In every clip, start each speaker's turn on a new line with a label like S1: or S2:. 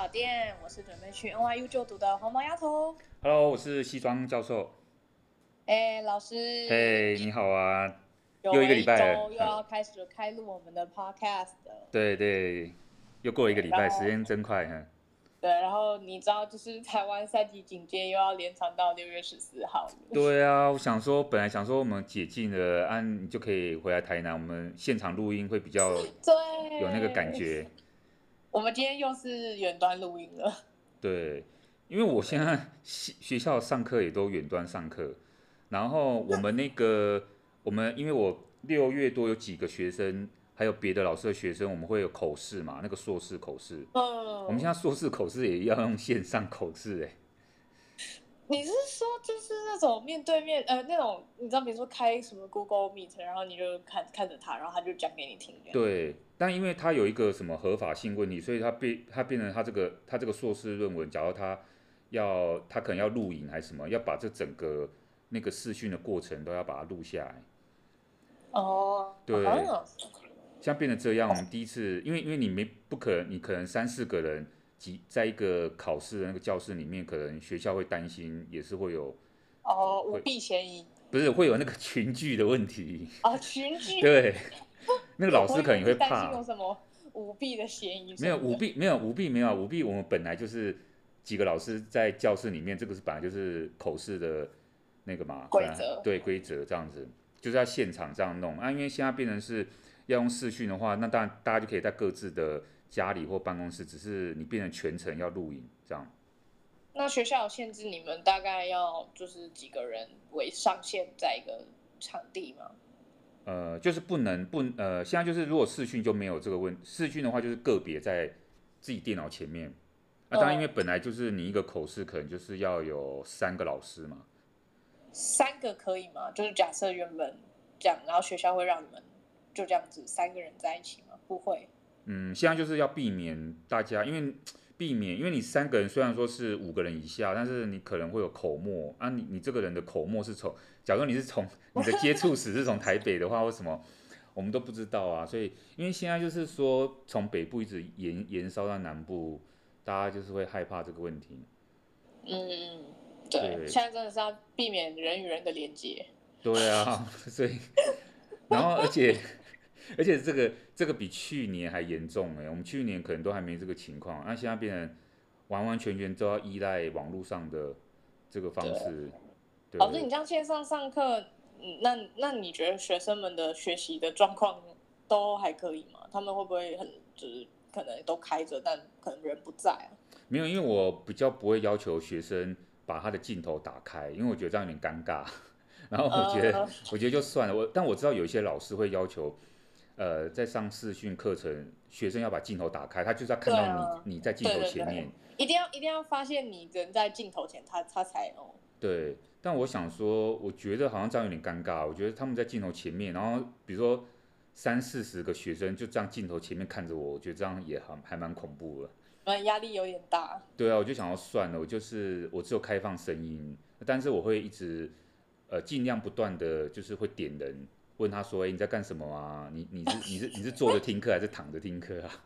S1: 草店，我是准备去 NYU 就读的黄毛丫头。
S2: Hello，我是西装教授。
S1: 老师，
S2: 嘿，你好啊，又一个
S1: 久违一
S2: 礼拜了。
S1: 周，又要开始开录我们的 podcast 了。
S2: 对对，又过了一个
S1: 对，
S2: 礼拜，时
S1: 然后
S2: 间真快哈。
S1: 对，然后你知道，就是台湾3级警戒又要连长到6月14号了。
S2: 对啊，我想说，本来想说我们解禁了，你就可以回来台南，我们现场录音会比较有那个感
S1: 对，
S2: 觉。
S1: 我们今天又是远端录音了。
S2: 对，因为我现在学校上课也都远端上课，然后我们因为我6月多有几个学生，还有别的老师的学生，我们会有口试嘛，那个硕士口试。我们现
S1: 嗯，
S2: 在硕士口试也要用线上口试哎。
S1: 你是说就是那种面对面，那种你知道，比如说开什么 Google Meet，然后你就看着他，然后他就讲给你听这样。
S2: 对，但因为他有一个什么合法性问题，所以他变成他这个硕士论文，假如他可能要录影还是什么，要把这整个那个视讯的过程都要把它录下来。
S1: 哦，
S2: 对，像变成这样，我们第一次，因为你不可能，你可能三四个人在一个考试的那个教室里面，可能学校会担心，也是会有
S1: 舞
S2: 会
S1: 弊嫌疑。
S2: 不是会有那个群聚的问题。
S1: 哦，群聚。
S2: 对，那个老师可能也会
S1: 我以为是担心有
S2: 怕。
S1: 什么舞弊的嫌疑
S2: 没有
S1: 什么的。
S2: 舞弊，没有舞弊，没有舞弊。我们本来就是几个老师在教室里面，这个是本来就是口试的那个嘛，本来
S1: 规则。
S2: 对规则这样子，就是要现场这样弄啊。因为现在变成是要用视讯的话，那当然大家就可以在各自的家里或办公室，只是你变成全程要录影这样。
S1: 那学校有限制你们大概要就是几个人为上限在一个场地吗？
S2: 就是现在就是如果视讯就没有这个视讯的话就是个别在自己电脑前面。那、当然，因为
S1: 嗯，
S2: 本来就是你一个口试可能就是要有3个老师嘛。
S1: 3个可以吗？就是假设原本这样，然后学校会让你们就这样子3个人在一起吗？不会。
S2: 现在就是要避免大家，因为你3个人虽然说是5个人以下，但是你可能会有口沫啊，你这个人的口沫是假如你是从你的接触史是从台北的话，为什么我们都不知道啊？所以因为现在就是说从北部一直延烧到南部，大家就是会害怕这个问题。
S1: 嗯，对，
S2: 对
S1: 现在真的是要避免人与人的连接。
S2: 对啊，所以然后而且这个比去年还严重哎，我们去年可能都还没这个情况，那现在变成完完全全都要依赖网络上的这个方
S1: 对，
S2: 式。
S1: 老师，
S2: 对，
S1: 你这样线上上课，那你觉得学生们的学习的状况都还可以吗？他们会不会就是可能都开着，但可能人不在啊？
S2: 没有，因为我比较不会要求学生把他的镜头打开，因为我觉得这样有点尴尬。然后
S1: 呃，
S2: 我觉得就算了，但我知道有一些老师会要求，在上视讯课程，学生要把镜头打开，他就是要看
S1: 对
S2: 到
S1: 啊，
S2: 你在镜
S1: 对对对，
S2: 头前面。
S1: 一定要发现你人在镜头前，他才哦。
S2: 对，但我想说，我觉得好像这样有点尴尬。我觉得他们在镜头前面，然后比如说30-40个学生就这样镜头前面看着我，我觉得这样也还蛮恐怖的。
S1: 压力有点大。
S2: 对啊，我就想要算了，我只有开放声音，但是我会一直尽量不断的就是会点人，问他说，哎，你在干什么啊？你是坐着听课还是躺着听课啊？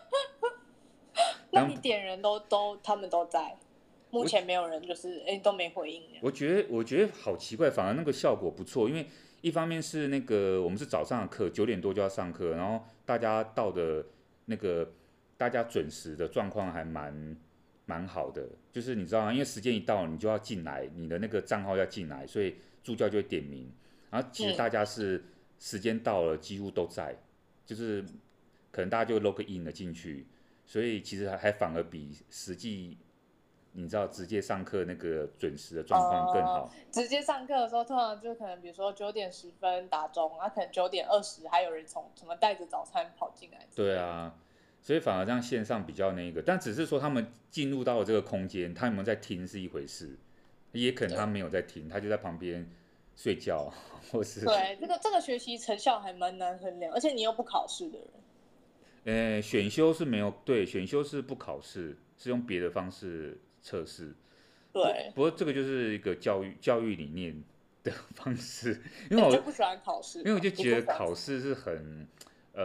S1: 那
S2: 当
S1: 你点人都他们都在，目
S2: 我
S1: 前没有人就是都没回应这样。
S2: 我觉得好奇怪，反而那个效果不错，因为一方面是那个我们是早上的课9点多就要上课，然后大家到的那个大家准时的状况还蛮好的，就是你知道吗？因为时间一到你就要进来，你的那个账号要进来，所以助教就会点名，然后其实大
S1: 嗯，
S2: 家是时间到了几乎都在，就是可能大家就 log in 了进去，所以其实还反而比实际你知道直接上课那个准时的状况更好。
S1: 直接上课的时候，通常就可能比如说9点10分打钟，可能9点20还有人从什么带着早餐跑进来之类的。
S2: 对啊，所以反而让线上比较那个，但只是说他们进入到了这个空间，他有没有在听是一回事，也可能他
S1: 对
S2: 没有在听，他就在旁边睡觉，或是
S1: 对，这个学习成效还蛮难衡量，而且你又不考试的人。
S2: 选修是没有，对，选修是不考试，是用别的方式测试。
S1: 对，
S2: 不过这个就是一个教育理念的方式，因为
S1: 你
S2: 我
S1: 就不喜欢考试吗？
S2: 因为我就
S1: 你不喜欢。
S2: 觉得考试是很，呃，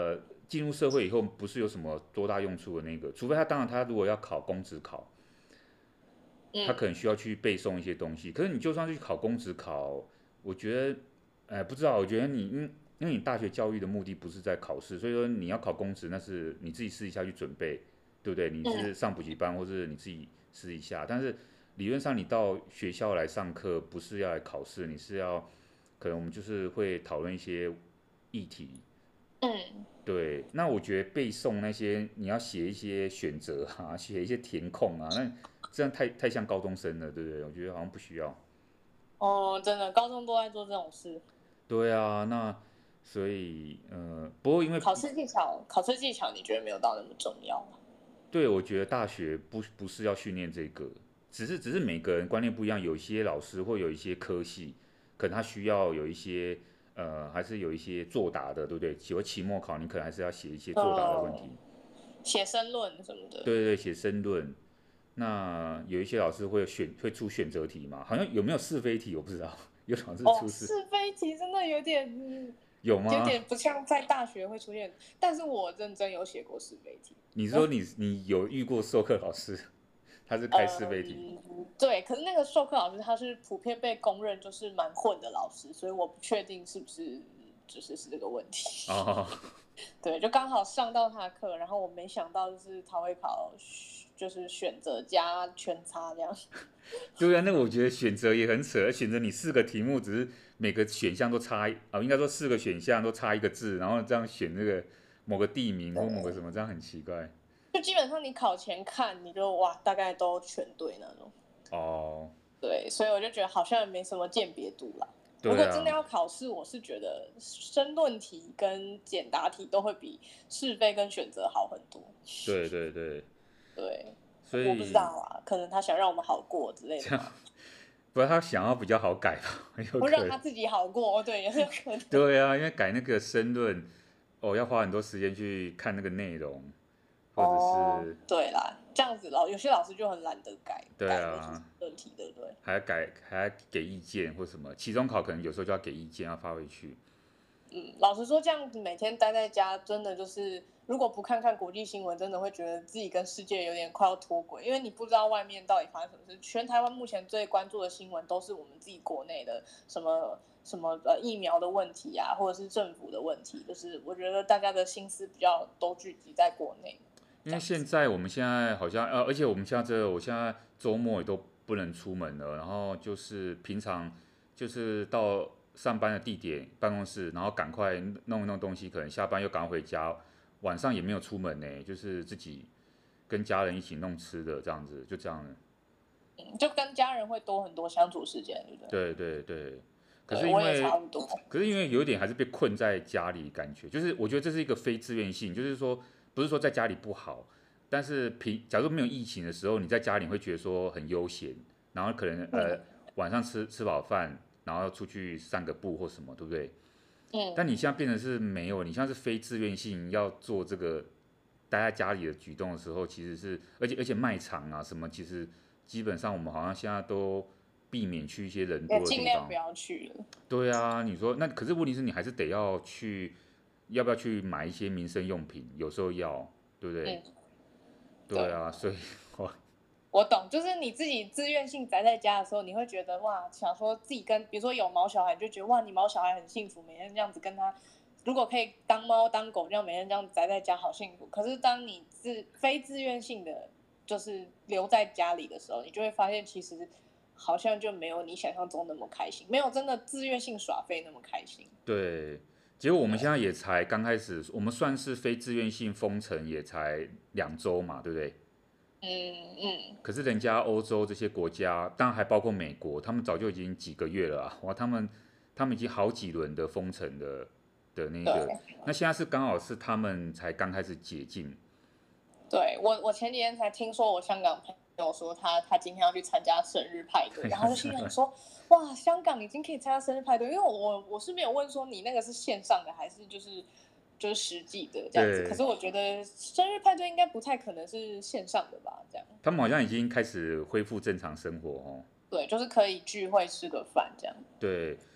S2: 进入社会以后不是有什么多大用处的那个，除非他当然他如果要考公职考，他可能需要去背诵一些东西。可是你就算去考公职考，我觉得，不知道，我觉得因为你大学教育的目的不是在考试，所以说你要考公职，那是你自己私底下去准备，对不对？你是上补习班或是你自己私底下，但是理论上你到学校来上课，不是要来考试，你是要，可能我们就是会讨论一些议题。对，那我觉得背诵那些你要写一些选择啊，写一些填空啊，那这样太像高中生了，对不对？我觉得好像不需要。
S1: 哦，真的，高中都在做这种事。
S2: 对啊，那所以不过因为
S1: 考试技巧，你觉得没有到那么重要吗？
S2: 对我觉得大学不是要训练这个，只是每个人观念不一样，有一些老师或有一些科系，可能他需要有一些还是有一些作答的，对不对？期末考你可能还是要写一些作答的问题。
S1: 写申论什么的。
S2: 对对，写申论。那有一些老师会出选择题嘛？好像有没有是非题我不知道，有老师出
S1: 是非题真的有点，有
S2: 有吗？
S1: 点不像在大学会出现，但是我认真有写过是非题。
S2: 你说你有遇过授课老师，他是开是非题？
S1: 对，可是那个授课老师他是普遍被公认就是蛮混的老师，所以我不确定是不是是这个问题。
S2: 哦，
S1: 对，就刚好上到他的课，然后我没想到就是他会考，就是选择加圈叉这样。
S2: 对啊，那我觉得选择也很扯，选择你4个题目，只是每个选项都差应该说4个选项都差一个字，然后这样选这个某个地名或某个什么，这样很奇怪。
S1: 就基本上你考前看，你就哇大概都全对那种。
S2: 哦，
S1: 对，所以我就觉得好像也没什么鉴别度啦。如
S2: 对
S1: 果真的
S2: 啊，
S1: 要考试，我是觉得申论题跟简答题都会比是非跟选择好很多。
S2: 对对对，
S1: 对，
S2: 所
S1: 我不知道
S2: 以
S1: 啊，可能他想让我们好过之类的
S2: 这样，
S1: 吧，
S2: 不然他想要比较好改吧，很有
S1: 不
S2: 可能。
S1: 让他自己好过，对，也是有可能。
S2: 对啊，因为改那个申论，要花很多时间去看那个内容，或者是
S1: 对啦，这样子有些老师就很懒得改
S2: 对
S1: 那些
S2: 啊，
S1: 问题，对不对？
S2: 还要给意见或什么，期中考可能有时候就要给意见，要发回去。
S1: 老实说，这样子每天待在家，真的就是如果不看看国际新闻，真的会觉得自己跟世界有点快要脱轨，因为你不知道外面到底发生什么事。全台湾目前最关注的新闻都是我们自己国内的什么疫苗的问题啊，或者是政府的问题，就是我觉得大家的心思比较都聚集在国内。
S2: 因为我们现在好像而且我现在周末也都不能出门了，然后就是平常就是到上班的地点办公室，然后赶快弄一弄东西，可能下班又赶快回家，晚上也没有出门呢，就是自己跟家人一起弄吃的这样子，就这样了。
S1: 就跟家人会多很多相处时间，对不对？
S2: 对对对，可
S1: 对，我也
S2: 是因为
S1: 差不多。
S2: 有点还是被困在家里，感觉就是我觉得这是一个非自愿性，就是说不是说在家里不好，但是假如没有疫情的时候，你在家里会觉得说很悠闲，然后可能晚上吃饱饭，然后出去散个步或什么，对不对？但你现在变成是没有，你现在是非自愿性要做这个待在家里的举动的时候，其实是而且卖场啊什么，其实基本上我们好像现在都避免去一些人多的地方。
S1: 尽量不要去了。
S2: 对啊，你说那可是问题是你还是得要去，要不要去买一些民生用品？有时候要，对不对？对啊，所以
S1: 我懂，就是你自己自愿性宅在家的时候，你会觉得哇，想说自己比如说有毛小孩，就觉得哇，你毛小孩很幸福，每天这样子跟他，如果可以当猫当狗，这样每天这样宅在家，好幸福。可是当你非自愿性的，就是留在家里的时候，你就会发现其实好像就没有你想象中那么开心，没有真的自愿性耍废那么开心。
S2: 对，结果我们现在也才刚开始，我们算是非自愿性封城也才2周嘛，对不对？可是人家欧洲这些国家，当然还包括美国，他们早就已经几个月了啊，哇，他们已经好几轮的封城的那个，那现在是刚好是他们才刚开始解禁。
S1: 对，我前几天才听说，我香港朋友说他今天要去参加生日派对，然后就心想说，哇，香港已经可以参加生日派对，因为我是没有问说你那个是线上的还是就是实际的这样子，可是我觉得生日派对应该不太可能是线上的吧，这样。
S2: 他们好像已经开始恢复正常生活哦。
S1: 对，就是可以聚会吃个饭这样。
S2: 对，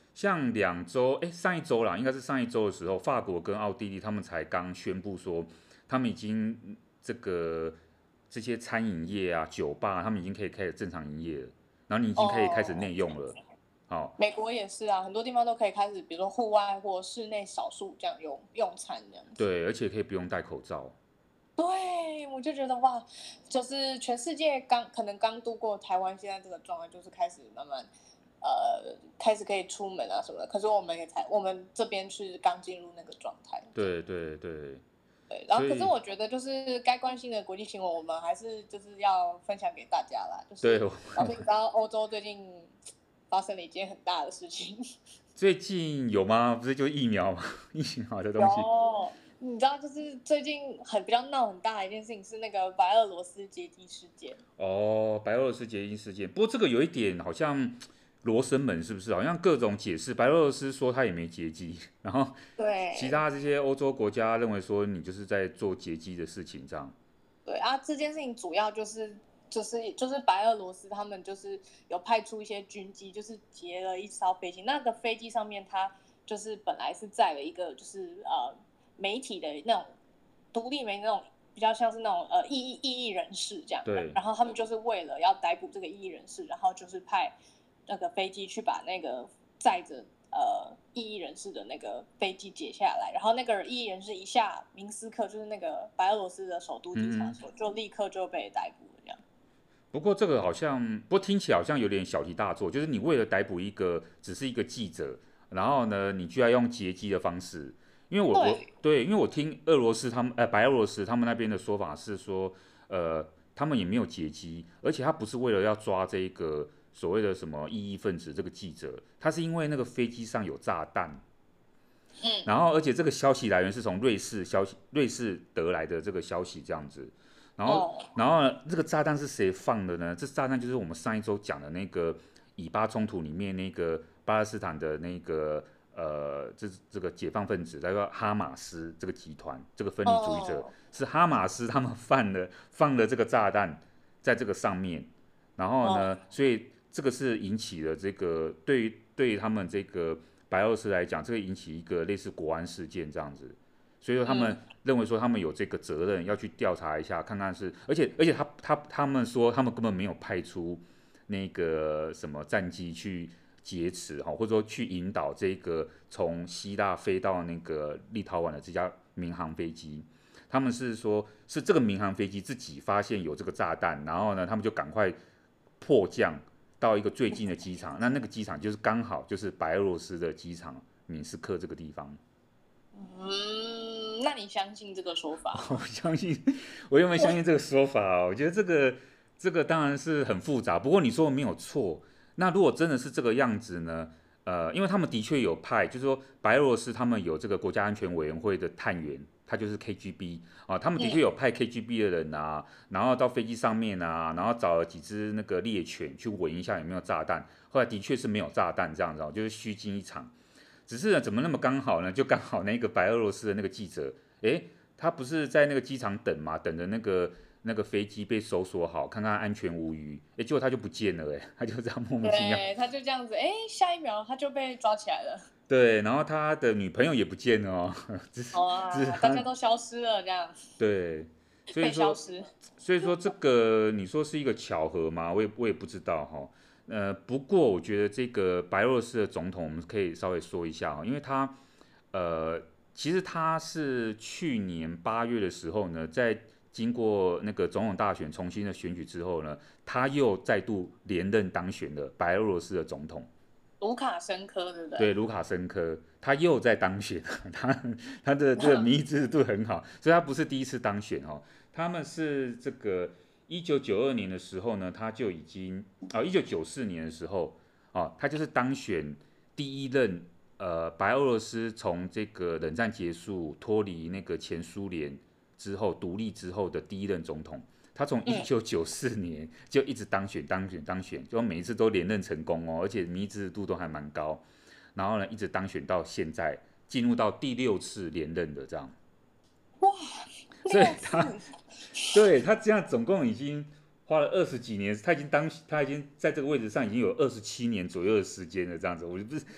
S2: 像上一周啦，应该是上一周的时候，法国跟奥地利他们才刚宣布说，他们已经这些餐饮业啊、酒吧，他们已经可以开始正常营业了，然后你已经可以开始内用了。好，
S1: 美国也是啊，很多地方都可以开始，比如说户外或室内少数这样用餐这样子。
S2: 对，而且可以不用戴口罩。
S1: 对，我就觉得哇，就是全世界可能刚度过台湾现在这个状态，就是开始慢慢开始可以出门啊什么的。可是我们这边是刚进入那个状态。
S2: 对对对，
S1: 对，然后可是
S2: 所以
S1: 我觉得就是该关心的国际新闻，我们还是就是要分享给大家啦。就
S2: 对
S1: 是老师，你知道欧洲最近发生了一件很大的事情。
S2: 最近有吗？不是就疫苗吗？疫苗的东西。
S1: 有，你知道就是最近比较闹很大的一件事情是那个白俄罗斯劫机事件。
S2: 哦，白俄罗斯劫机事件，不过这个有一点好像罗生门，是不是？好像各种解释，白俄罗斯说他也没劫机，然后其
S1: 对
S2: 他这些欧洲国家认为说你就是在做劫机的事情，这样。
S1: 对啊，这件事情主要就是白俄罗斯他们就是有派出一些军机，就是劫了一艘飞机。那个飞机上面它就是本来是载了一个就是媒体的那种独立媒那种比较像是那种异议人士这样。
S2: 对，
S1: 然后他们就是为了要逮捕这个异议人士，然后就是派那个飞机去把那个载着异议人士的那个飞机解下来，然后那个异议人士一下明斯克，就是那个白俄罗斯的首都机场的时候，就立刻就被逮捕了这样。
S2: 不过这个好像，不过听起来好像有点小题大做，就是你为了逮捕只是一个记者，然后呢，你居然用劫机的方式，因为对，因为我听俄罗斯他们白俄罗斯他们那边的说法是说，他们也没有劫机，而且他不是为了要抓这一个所谓的什么异议分子这个记者，他是因为那个飞机上有炸弹。然后而且这个消息来源是从瑞士得来的这个消息这样子，然后呢，这个炸弹是谁放的呢？这炸弹就是我们上一周讲的那个以巴冲突里面那个巴勒斯坦的那个这个解放分子，叫做哈马斯这个集团，这个分离主义者，是哈马斯他们放了这个炸弹在这个上面，然后呢，所以这个是引起了这个对于他们这个白俄罗斯来讲，这个引起一个类似国安事件这样子。所以说他们认为说他们有这个责任要去调查一下，看看是，而且他们说他们根本没有派出那个什么战机去劫持哈，或者说去引导这个从希腊飞到那个立陶宛的这架民航飞机，他们是说是这个民航飞机自己发现有这个炸弹，然后呢他们就赶快迫降到一个最近的机场，那个机场就是刚好就是白俄罗斯的机场明斯克这个地方。
S1: 那你相信这个说法？
S2: 我相信，我有没有相信这个说法啊？我觉得这个当然是很复杂，不过你说的没有错。那如果真的是这个样子呢？因为他们的确有派，就是说白俄罗斯他们有这个国家安全委员会的探员，他就是 KGB 啊，他们的确有派 KGB 的人啊，然后到飞机上面啊，然后找了几只那个猎犬去闻一下有没有炸弹，后来的确是没有炸弹这样子，就是虚惊一场。只是呢，怎么那么刚好呢？就刚好那个白俄罗斯的那个记者，他不是在那个机场等嘛，等着那个飞机被搜索好，看看安全无虞，结果他就不见了，他就这样莫名其妙。
S1: 对，他就这样子，下一秒他就被抓起来了。
S2: 对，然后他的女朋友也不见了哦，
S1: 大家都消失了，这样。
S2: 对，所以
S1: 被消
S2: 说，
S1: 失。
S2: 所以说这个你说是一个巧合吗？我也不知道哈。不过我觉得这个白俄罗斯的总统，我们可以稍微说一下哈，因为他其实他是去年8月的时候呢，在经过那个总统大选重新的选举之后呢，他又再度连任当选了白俄罗斯的总统。
S1: 卢卡申科，对不对？
S2: 对，卢卡申科他又在当选，他的这个民意支持度很好，所以他不是第一次当选哦。他们是这个1992年的时候呢，他就已经1994年的时候他就是当选第一任白俄罗斯从这个冷战结束脱离那个前苏联之后独立之后的第一任总统。他从1994年就一直当选，就每一次都连任成功哦，而且民意支持度都还蛮高。然后呢，一直当选到现在，进入到第6次连任的这样。
S1: 哇，
S2: 所以他这样总共已经花了20几年，他已经在这个位置上已经有27年左右的时间了，这样子。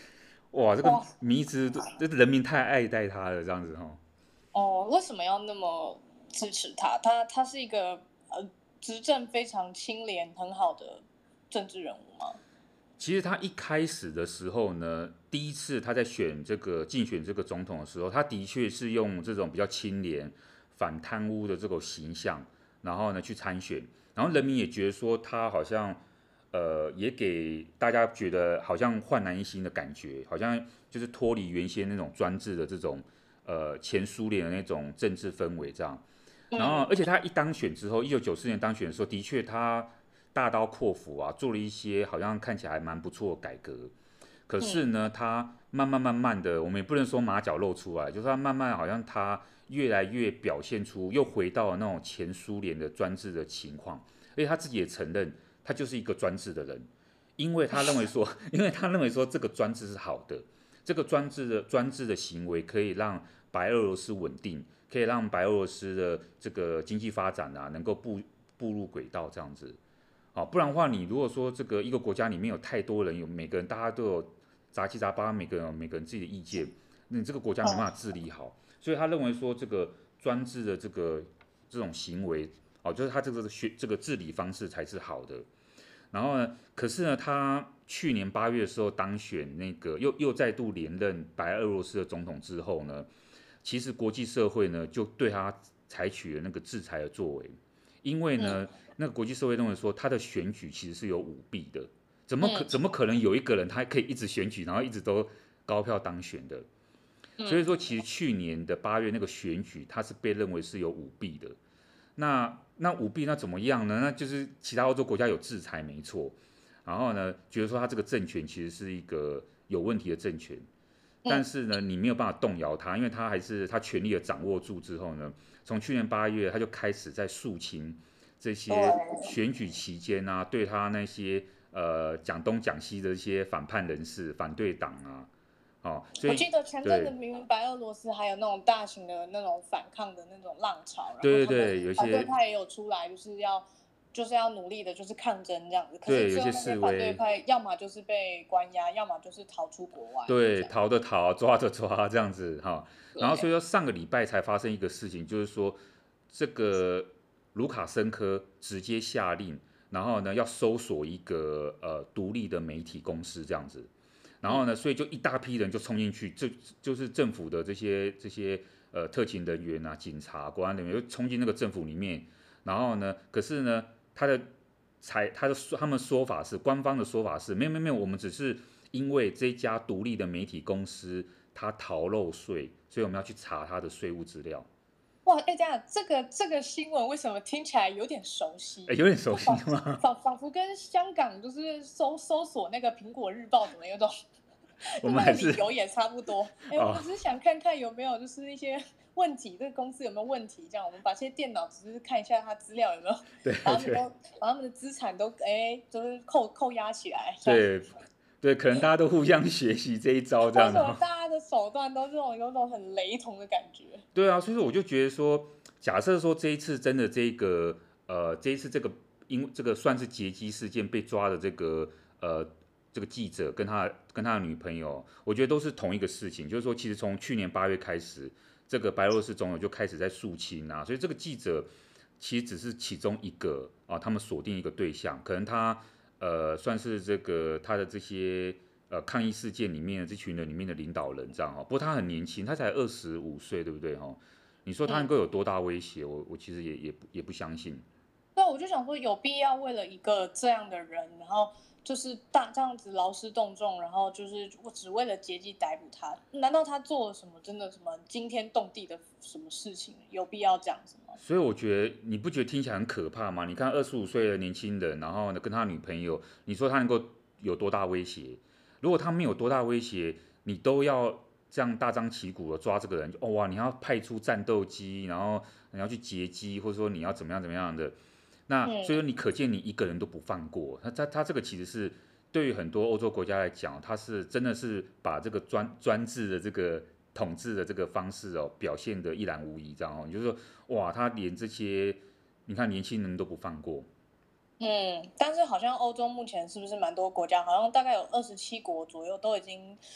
S2: 哇，这个
S1: 哇，
S2: 迷之，这人民太爱戴他了，这样子哈。
S1: 哦，为什么要那么支持他？他是一个执政非常清廉很好的政治人物吗？
S2: 其实他一开始的时候呢，第一次他在竞选这个总统的时候，他的确是用这种比较清廉、反贪污的这种形象，然后呢去参选，然后人民也觉得说他好像也给大家觉得好像焕然一新的感觉，好像就是脱离原先那种专制的这种前苏联的那种政治氛围这样。然后，而
S1: 嗯
S2: 且他一当选之后，1994年当选的时候，的确他大刀阔斧啊，做了一些好像看起来蛮不错的改革。可是
S1: 嗯
S2: 呢，他慢慢的，我们也不能说马脚露出来，就是他慢慢好像他越来越表现出又回到了那种前苏联的专制的情况，而且他自己也承认，他就是一个专制的人，因为他认为说，因为他认为说这个专制是好的，这个专制的行为可以让白俄罗斯稳定，可以让白俄罗斯的这个经济发展啊能够步入轨道这样子。好，不然的话，你如果说这个一个国家里面有太多人，有每个人大家都有杂七杂八，每个人自己的意见，那你这个国家没办法治理好。所以他认为说，这个专制的这种行为，哦，就是他这个治理方式才是好的。然后呢，可是呢，他去年8月的时候当选那个又再度连任白俄罗斯的总统之后呢，其实国际社会呢就对他采取了那个制裁的作为，因为呢，
S1: 嗯
S2: 那个国际社会认为说他的选举其实是有舞弊的，
S1: 嗯
S2: 怎么可能有一个人他可以一直选举，然后一直都高票当选的？所以
S1: 嗯，
S2: 说，其实去年的8月那个选举，他是被认为是有舞弊的。那舞弊那怎么样呢？那就是其他欧洲国家有制裁没错，然后呢，觉得说他这个政权其实是一个有问题的政权，但
S1: 嗯，
S2: 是呢，你没有办法动摇他，因为他权力的掌握住之后呢，从去年8月他就开始在肃清这些
S1: 对。
S2: 选举期间啊，对他那些讲东讲西的一些反叛人士、反对党啊，哦，所以
S1: 我记得前阵子
S2: 对
S1: 明明白俄罗斯还有那种大型的那种反抗的那种浪潮，然后他们
S2: 对对对，有一
S1: 反对
S2: 些
S1: 派也有出来，就是要努力的，就是抗争这样子。可是
S2: 对有些
S1: 最后那些反对
S2: 示威，
S1: 派要么就是被关押，要么就是逃出国外
S2: 对，
S1: 这样。
S2: 逃的逃，抓的抓，这样子哈。然后所以
S1: 对，
S2: 说上个礼拜才发生一个事情，就是说这个卢卡申科直接下令，然后呢要搜索一个独立的媒体公司这样子。然后
S1: 嗯
S2: 呢，所以就一大批人就冲进去，就是政府的这些特勤人员啊、警察、国安人员就冲进那个政府里面。然后呢，可是呢，他们说法是官方的说法是没有，我们只是因为这家独立的媒体公司它逃漏税，所以我们要去查它的税务资料。
S1: 哇，哎，这样这个新闻为什么听起来有点熟悉？
S2: 有点熟
S1: 就仿
S2: 悉吗？
S1: 仿佛跟香港就是搜索那个《苹果日报》怎么有种
S2: 我
S1: 就那个
S2: 们还是
S1: 理由也差不多。哎，我们
S2: 哦，
S1: 只是想看看有没有就是一些问题，这个公司有没有问题，这样我们把这些电脑只是看一下它资料有没有，
S2: 对对
S1: 把他们的资产都就是扣押起来，这样。
S2: 对对，可能大家都互相学习这一招这
S1: 为什
S2: 样的。
S1: 么大家的手段都有种很雷同的感觉？
S2: 对啊，所以说我就觉得说，假设说这一次真的这一次因为这个算是劫机事件被抓的这个记者跟他的女朋友，我觉得都是同一个事情，就是说其实从去年8月开始，这个白俄罗斯总统就开始在肃清啊，所以这个记者其实只是其中一个啊，他们锁定一个对象，可能他算是这个他的这些抗议事件里面的这群人里面的领导人这样哈。不过他很年轻，他才25岁，对不对哈？你说他能
S1: 嗯。
S2: 够有多大威胁？我其实也不相信。
S1: 对，我就想说，有必要为了一个这样的人，然后就是这样子劳师动众，然后就是我只为了劫机逮捕他？难道他做了什么真的什么惊天动地的什么事情？有必要这样子吗？
S2: 所以我觉得你不觉得听起来很可怕吗？你看25岁的年轻人，然后呢跟他女朋友，你说他能够有多大威胁？如果他没有多大威胁，你都要这样大张旗鼓的抓这个人，哦哇，你要派出战斗机，然后你要去劫机，或者说你要怎么样怎么样的，那所以说
S1: 嗯
S2: 你可见你一个人都不放过。他这个其实是对于很多欧洲国家来讲，他是真的是把这个专制的这个统治的这个方式哦，表现得一览无遗，这样哦，你就说哇，他连这些你看年轻人都不放过。
S1: 嗯，但是好像欧洲目前是不是蛮多国家，好像大概有27国左右都已经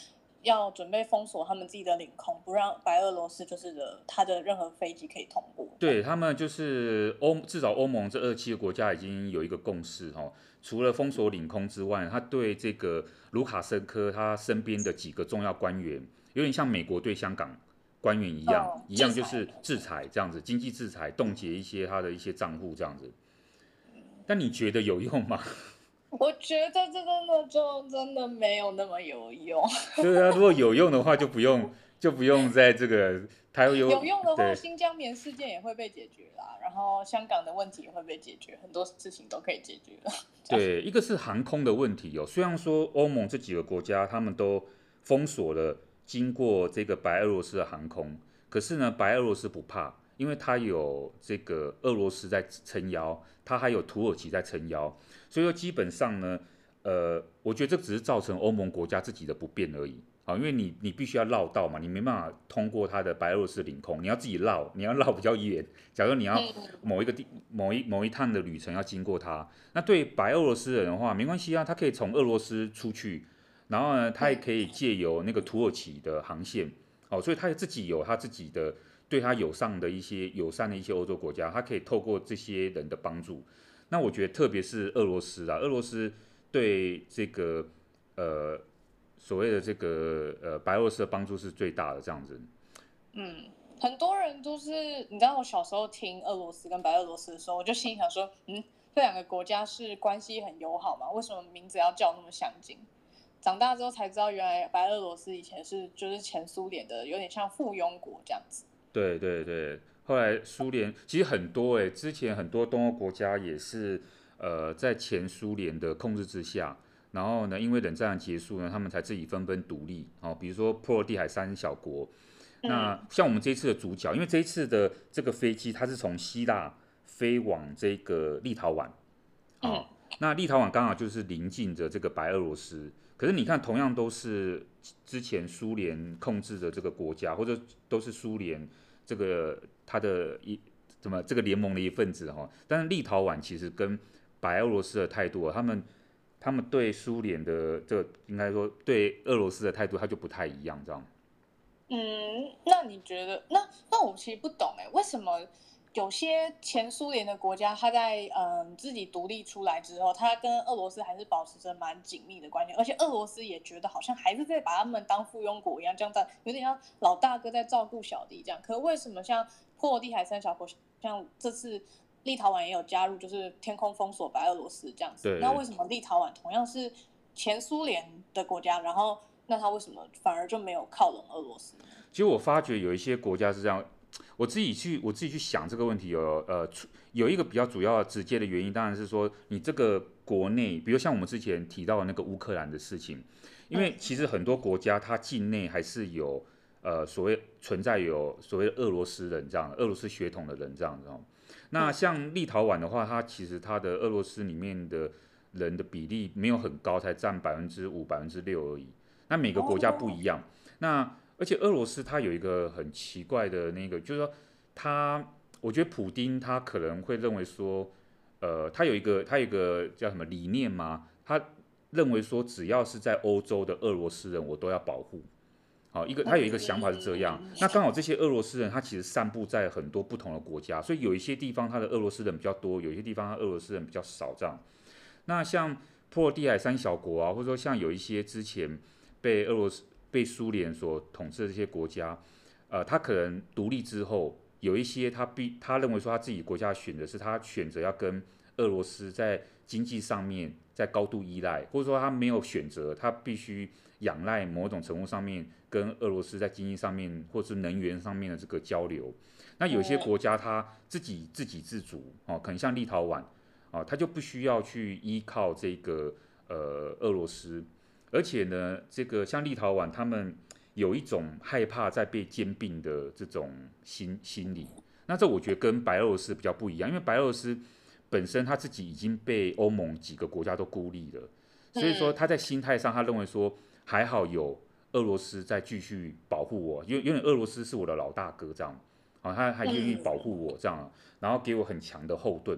S1: 要准备封锁他们自己的领空，不让白俄罗斯它的任何飞机可以通过。
S2: 对他们就是至少欧盟这27个国家已经有一个共识哦，除了封锁领空之外，他对这个卢卡申科他身边的几个重要官员，有点像美国对香港官员一样，一样就是制裁这样子，经济制裁，冻结一些他的一些账户这样子。但你觉得有用吗？
S1: 我觉得真的没有那么有用。
S2: 对啊，如果有用的话，就不用在这个
S1: 有用的话，
S2: 对
S1: 新疆棉事件也会被解决啦，然后香港的问题也会被解决，很多事情都可以解决了。
S2: 对，一个是航空的问题哦，虽然说欧盟这几个国家他们都封锁了经过这个白俄罗斯的航空，可是呢，白俄罗斯不怕，因为它有这个俄罗斯在撑腰，它还有土耳其在撑腰，所以说基本上呢，我觉得这只是造成欧盟国家自己的不便而已。好，因为你必须要绕道嘛，你没办法通过它的白俄罗斯领空，你要自己绕，你要绕比较远。假如你要某一趟的旅程要经过它，那对白俄罗斯人的话没关系啊，他可以从俄罗斯出去，然后呢，他也可以借由那个土耳其的航线，哦，所以他自己有他自己的对他友善的一些欧洲国家，他可以透过这些人的帮助。那我觉得特别是俄罗斯啊，俄罗斯对这个呃所谓的这个白俄罗斯的帮助是最大的这样子。
S1: 很多人都是，你知道，我小时候听俄罗斯跟白俄罗斯的时候，我就心里想说，这两个国家是关系很友好吗？为什么名字要叫那么相近？长大之后才知道，原来白俄罗斯以前就是前苏联的，有点像附庸国这样子。
S2: 对对对，后来苏联其实很多之前很多东欧国家也是在前苏联的控制之下，然后呢，因为冷战的结束呢，他们才自己纷纷独立。哦，比如说波罗的海三小国，那像我们这一次的主角，因为这一次的这个飞机它是从希腊飞往这个立陶宛，那立陶宛刚好就是临近着这个白俄罗斯。可是你看，同样都是之前苏联控制的这个国家，或者都是苏联这个它的这个联盟的一份子哈。但是立陶宛其实跟白俄罗斯的态度，他们对苏联的应该说对俄罗斯的态度，它就不太一样，这样。
S1: 那你觉得，那我其实不懂为什么有些前苏联的国家，它在自己独立出来之后，它跟俄罗斯还是保持着蛮紧密的关系，而且俄罗斯也觉得好像还是在把他们当附庸国一样，这样在有点像老大哥在照顾小弟这样。可为什么像波罗的海三小国，像这次立陶宛也有加入，就是天空封锁白俄罗斯这样子？那为什么立陶宛同样是前苏联的国家，然后那他为什么反而就没有靠拢俄罗斯呢？
S2: 其实我发觉有一些国家是这样，我自己去想这个问题有一个比较主要直接的原因，当然是说你这个国内，比如像我们之前提到的那个乌克兰的事情，因为其实很多国家它境内还是有存在有所谓的俄罗斯人这样的俄罗斯血统的人这样子哦。那像立陶宛的话，它其实它的俄罗斯里面的人的比例没有很高，才占5%、6%而已。那每个国家不一样。那而且俄罗斯它有一个很奇怪的那个，就是说我觉得普丁他可能会认为说，他有一个叫什么理念吗？他认为说只要是在欧洲的俄罗斯人，我都要保护。好，他有一个想法是这样。那刚好这些俄罗斯人，他其实散布在很多不同的国家，所以有一些地方他的俄罗斯人比较多，有一些地方他俄罗斯人比较少这样。那像波罗的海三小国啊，或者说像有一些之前被苏联所统治的这些国家，他可能独立之后，有一些他认为说他自己国家的选择是他选择要跟俄罗斯在经济上面在高度依赖，或者说他没有选择，他必须仰赖某种程度上面跟俄罗斯在经济上面或是能源上面的这个交流。那有些国家他自给自足哦，可能像立陶宛哦，他就不需要去依靠这个俄罗斯。而且呢，这个像立陶宛，他们有一种害怕再被兼并的这种心理。那这我觉得跟白俄罗斯比较不一样，因为白俄罗斯本身他自己已经被欧盟几个国家都孤立了，所以说他在心态上，他认为说还好有俄罗斯在继续保护我，因为有点俄罗斯是我的老大哥这样，他还愿意保护我这样，然后给我很强的后盾。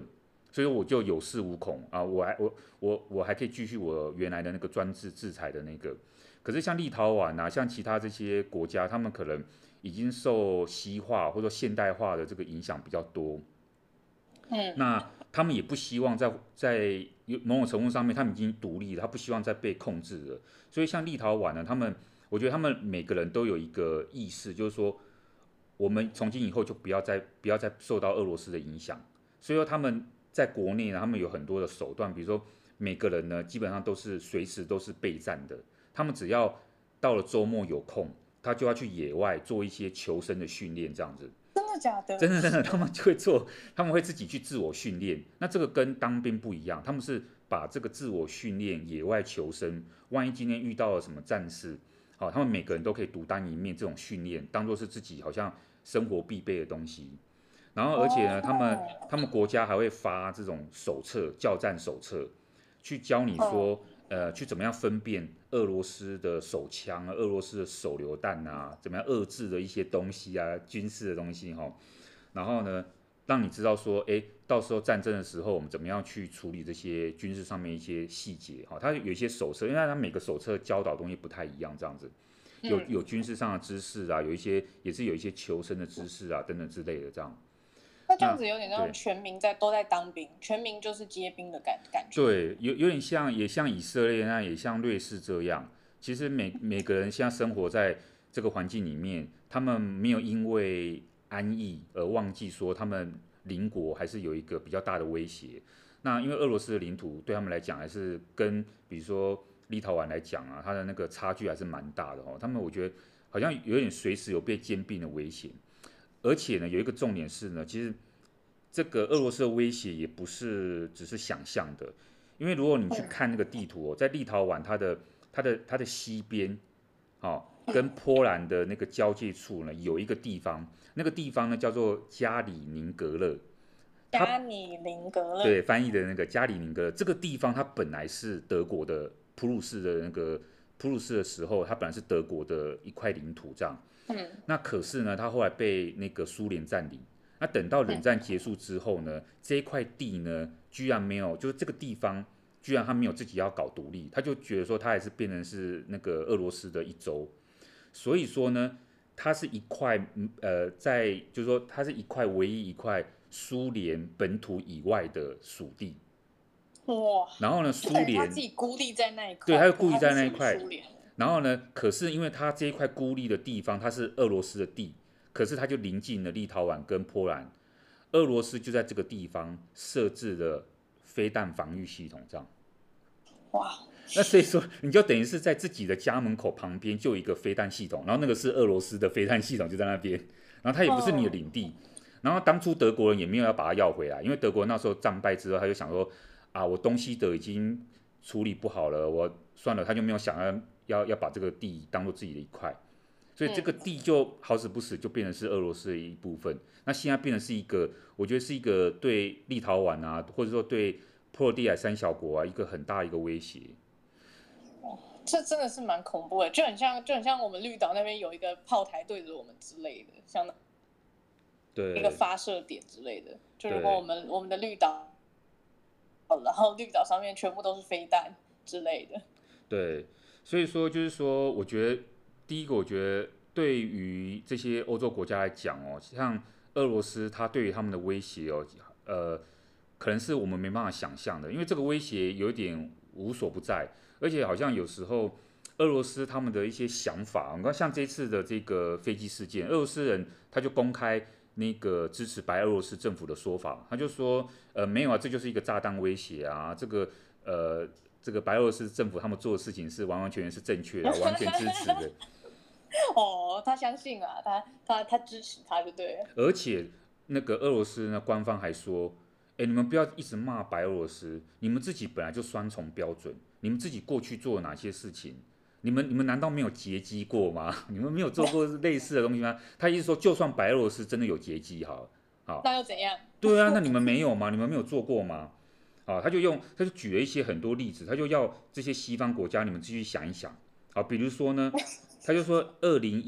S2: 所以我就有恃无恐啊，我还可以继续我原来的那个专制制裁的那个。可是像立陶宛啊，像其他这些国家，他们可能已经受西化或者说现代化的这个影响比较多，那他们也不希望在某种程度上面，他们已经独立了，他不希望再被控制了。所以像立陶宛呢，我觉得他们每个人都有一个意识，就是说，我们从今以后就不要再受到俄罗斯的影响。所以说他们在国内呢，他们有很多的手段，比如说每个人呢，基本上都是随时都是备战的。他们只要到了周末有空，他就要去野外做一些求生的训练，这样子。
S1: 真的假的？
S2: 真的，他们就会做，他们会自己去自我训练。那这个跟当兵不一样，他们是把这个自我训练、野外求生，万一今天遇到了什么战事，好，他们每个人都可以独当一面。这种训练当做是自己好像生活必备的东西。然后，而且呢，他们国家还会发这种手册、教战手册，去教你说，去怎么样分辨俄罗斯的手枪啊、俄罗斯的手榴弹啊，怎么样遏制的一些东西啊，军事的东西哈。然后呢，让你知道说，哎，到时候战争的时候，我们怎么样去处理这些军事上面一些细节哈。它有一些手册，因为它每个手册教导的东西不太一样，这样子。有军事上的知识啊，有一些也是有一些求生的知识啊，等等之类的这样。
S1: 那这样子有点像全民都在当兵，全民就是接兵的感觉。
S2: 对，有点像，也像以色列那，也像瑞士这样。其实每个人现在生活在这个环境里面，他们没有因为安逸而忘记说他们邻国还是有一个比较大的威胁。那因为俄罗斯的领土对他们来讲，还是跟比如说立陶宛来讲啊，它的那个差距还是蛮大的哦。他们我觉得好像有点随时有被兼并的危险。而且呢，有一个重点是呢，其实这个俄罗斯的威胁也不是只是想象的，因为如果你去看那个地图哦，在立陶宛它的西边，哦，跟波兰的那个交界处呢，有一个地方，那个地方呢叫做加里宁格勒。
S1: 加里宁格勒，
S2: 对，翻译的那个加里宁格勒这个地方，它本来是德国的普鲁士的那个普鲁士的时候，它本来是德国的一块领土这样。那可是呢，它后来被那个苏联占领。那等到冷战结束之后呢，这一块地呢，居然没有，就是这个地方居然他没有自己要搞独立，他就觉得说他还是变成是那个俄罗斯的一州。所以说呢，它是一块就是说它是一块唯一一块苏联本土以外的属地。
S1: 哇！
S2: 然后呢，苏联
S1: 他自己孤立在那一块，
S2: 对，他就故意在那一块。
S1: 苏联。
S2: 然后呢，可是因为他这一块孤立的地方，它是俄罗斯的地，可是它就临近了立陶宛跟波兰，俄罗斯就在这个地方设置了飞弹防御系统，这样。
S1: 哇！
S2: 那所以说，你就等于是在自己的家门口旁边就有一个飞弹系统，然后那个是俄罗斯的飞弹系统就在那边，然后它也不是你的领地。然后当初德国人也没有要把它要回来，因为德国那时候战败之后，他就想说啊，我东西德已经处理不好了，我算了，他就没有想要把这个地当做自己的一块。所以这个地就好死不死就变成是俄罗斯的一部分。那现在变成是一个，我觉得是一个对立陶宛啊，或者说对波罗的海三小国啊，一个很大一个威胁。
S1: 这真的是蛮恐怖的，就很像我们绿岛那边有一个炮台对着我们之类的，像一个发射点之类的。就如果我们的绿岛，然后绿岛上面全部都是飞弹之类的。
S2: 对，所以说就是说，我觉得第一个，我觉得对于这些欧洲国家来讲哦，像俄罗斯，它对于他们的威胁哦，可能是我们没办法想象的，因为这个威胁有一点无所不在，而且好像有时候俄罗斯他们的一些想法，你看像这次的这个飞机事件，俄罗斯人他就公开那个支持白俄罗斯政府的说法，他就说，没有啊，这就是一个炸弹威胁啊，这个白俄罗斯政府他们做的事情是完完全全是正确的，完全支持的。
S1: 哦，他相信啊，他支持他就对了。
S2: 而且那个俄罗斯呢，官方还说，哎，你们不要一直骂白俄罗斯，你们自己本来就双重标准，你们自己过去做了哪些事情？你们难道没有劫机过吗？你们没有做过类似的东西吗？他意思说，就算白俄罗斯真的有劫机，好，
S1: 那又怎样？
S2: 对啊，那你们没有吗？你们没有做过吗？啊，他就举了一些很多例子，他就要这些西方国家你们继续想一想。好，比如说呢，他就说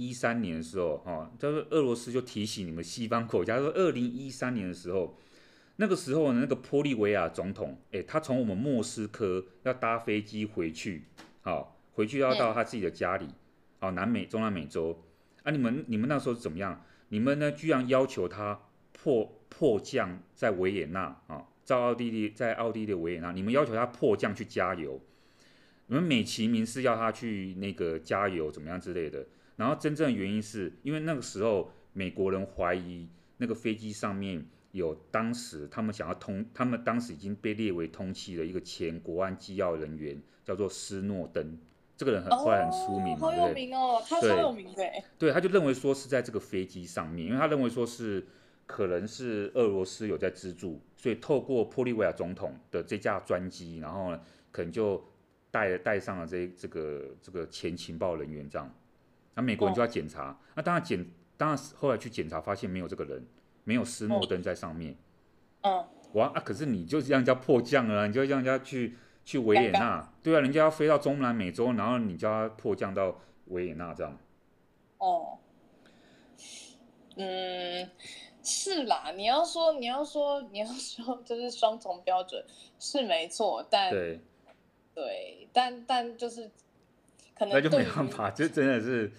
S2: 2013年的时候，他说俄罗斯就提醒你们西方国家说，2013年的时候， 那个时候呢，那个玻利维亚总统，他从我们莫斯科要搭飞机回去，好，回去要到他自己的家里，好，中南美洲，啊，你们那时候是怎么样？你们呢，居然要求他迫降在维也纳啊，在奥地利维也纳，你们要求他迫降去加油，你们美其名是要他去那个加油怎么样之类的，然后真正的原因是因为那个时候美国人怀疑那个飞机上面有当时他们当时已经被列为通缉的一个前国安机要人员，叫做斯诺登。这个人后来很出
S1: 哦，
S2: 名嘛，
S1: 好有
S2: 对不对？
S1: 名哦，他超有
S2: 对
S1: 名的哎。
S2: 对，他就认为说是在这个飞机上面，因为他认为说是可能是俄罗斯有在资助，所以透过玻利维亚总统的这架专机，然后呢，可能就带上了这个前情报人员这样，那美国人就
S1: 哦
S2: 要检查，那当然后来去检查发现没有这个人，没有斯诺登在上面，
S1: 嗯，
S2: 哇啊，可是你就让人家迫降了啊，你就让人家去维
S1: 尴尬。
S2: 也纳，对啊，人家要飞到中南美洲，然后你叫他迫降到维也纳这样。
S1: 哦，嗯，是啦，你要说，就是双重标准是没错，但
S2: 对，
S1: 对，但就是可
S2: 那就没
S1: 能对于
S2: 办法，这真的是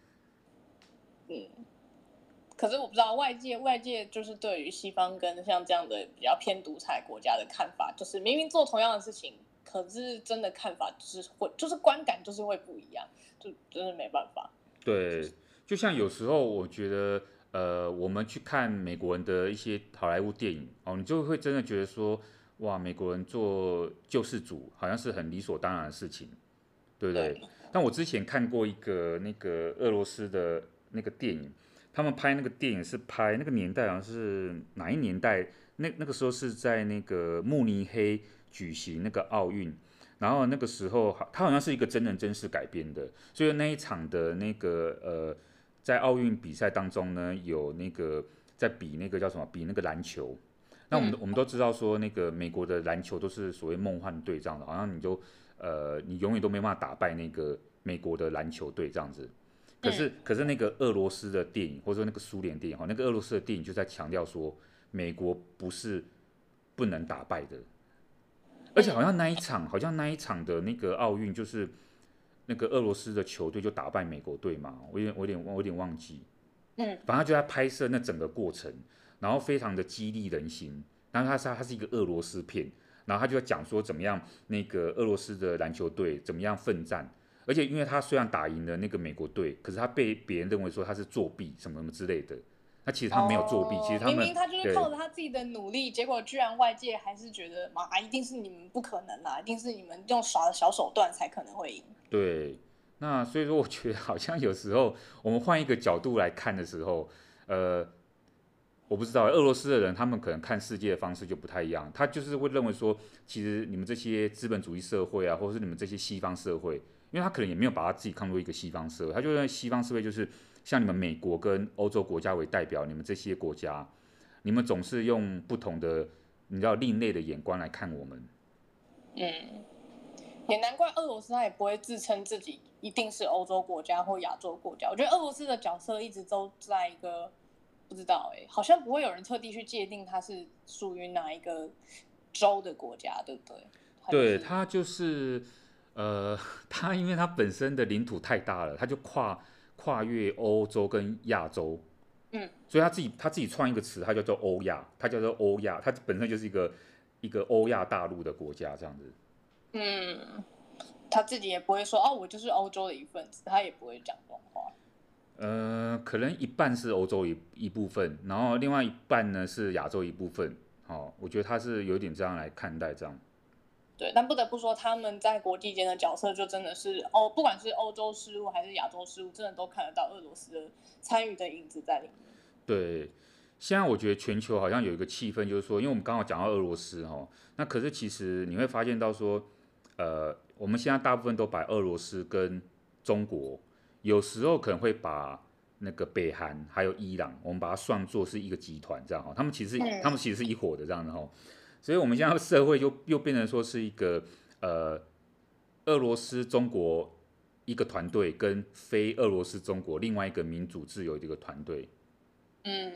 S1: 嗯，可是我不知道外界就是对于西方跟像这样的比较偏独裁国家的看法，就是明明做同样的事情，可是真的看法就是观感就是会不一样，就真的没办法。
S2: 对，就像有时候我觉得，我们去看美国人的一些好莱坞电影哦，你就会真的觉得说，哇，美国人做救世主好像是很理所当然的事情，对不对？
S1: 对，
S2: 但我之前看过一个那个俄罗斯的那个电影，他们拍那个电影是拍那个年代好像是哪一年代？那个时候是在那个慕尼黑举行那个奥运，然后那个时候它好像是一个真人真事改编的，所以那一场的那个在奥运比赛当中呢，有那个在比那个叫什么？比那个篮球。那我们都知道说，那个美国的篮球都是所谓梦幻队这样的，好像你永远都没办法打败那个美国的篮球队这样子。可是那个俄罗斯的电影，或者说那个苏联电影，那个俄罗斯的电影就在强调说，美国不是不能打败的，而且好像那一场的那个奥运，就是那个俄罗斯的球队就打败美国队嘛，我有点忘记。
S1: 嗯，
S2: 反正就在拍摄那整个过程，然后非常的激励人心。然后它是一个俄罗斯片，然后他就在讲说怎么样那个俄罗斯的篮球队怎么样奋战，而且因为他虽然打赢了那个美国队，可是他被别人认为说他是作弊什么什么之类的。那其实他没有作弊，其实
S1: 哦，
S2: 他们
S1: 明明他就是
S2: 对
S1: 靠着他自己的努力，结果居然外界还是觉得嘛，一定是你们不可能啦，一定是你们用耍的小手段才可能会赢。
S2: 对，那所以说我觉得好像有时候我们换一个角度来看的时候，呃，我不知道俄罗斯的人他们可能看世界的方式就不太一样，他就是会认为说，其实你们这些资本主义社会啊，或者是你们这些西方社会，因为他可能也没有把他自己看作一个西方社会，他就认为西方社会就是像你们美国跟欧洲国家为代表，你们这些国家，你们总是用不同的你知道另类的眼光来看我们。
S1: 嗯，也难怪俄罗斯他也不会自称自己一定是欧洲国家或亚洲国家。我觉得俄罗斯的角色一直都在一个不知道好像不会有人特地去界定它是属于哪一个州的国家，对不对？
S2: 对，它就是呃，它因为它本身的领土太大了，它就跨越欧洲跟亚洲，
S1: 嗯
S2: 所以他自己创一个词，它叫做欧亚，它叫做欧亚，它本身就是一个欧亚大陆的国家这样子。
S1: 嗯，他自己也不会说哦，我就是欧洲的一份子，他也不会讲这种话。
S2: 可能一半是欧洲一部分，然后另外一半呢是亚洲一部分。哦，我觉得他是有点这样来看待这样。
S1: 对，但不得不说，他们在国际间的角色就真的是不管是欧洲事务还是亚洲事务，真的都看得到俄罗斯的参与的影子在里面。
S2: 对，现在我觉得全球好像有一个气氛，就是说，因为我们刚好讲到俄罗斯哈，那可是其实你会发现到说，我们现在大部分都把俄罗斯跟中国，有时候可能会把那个北韩还有伊朗，我们把它算作是一个集团这样哈，他们其实是一伙的这样的哈，所以我们现在社会就又变成说是一个俄罗斯中国一个团队跟非俄罗斯中国另外一个民主自由的一个团队。
S1: 嗯，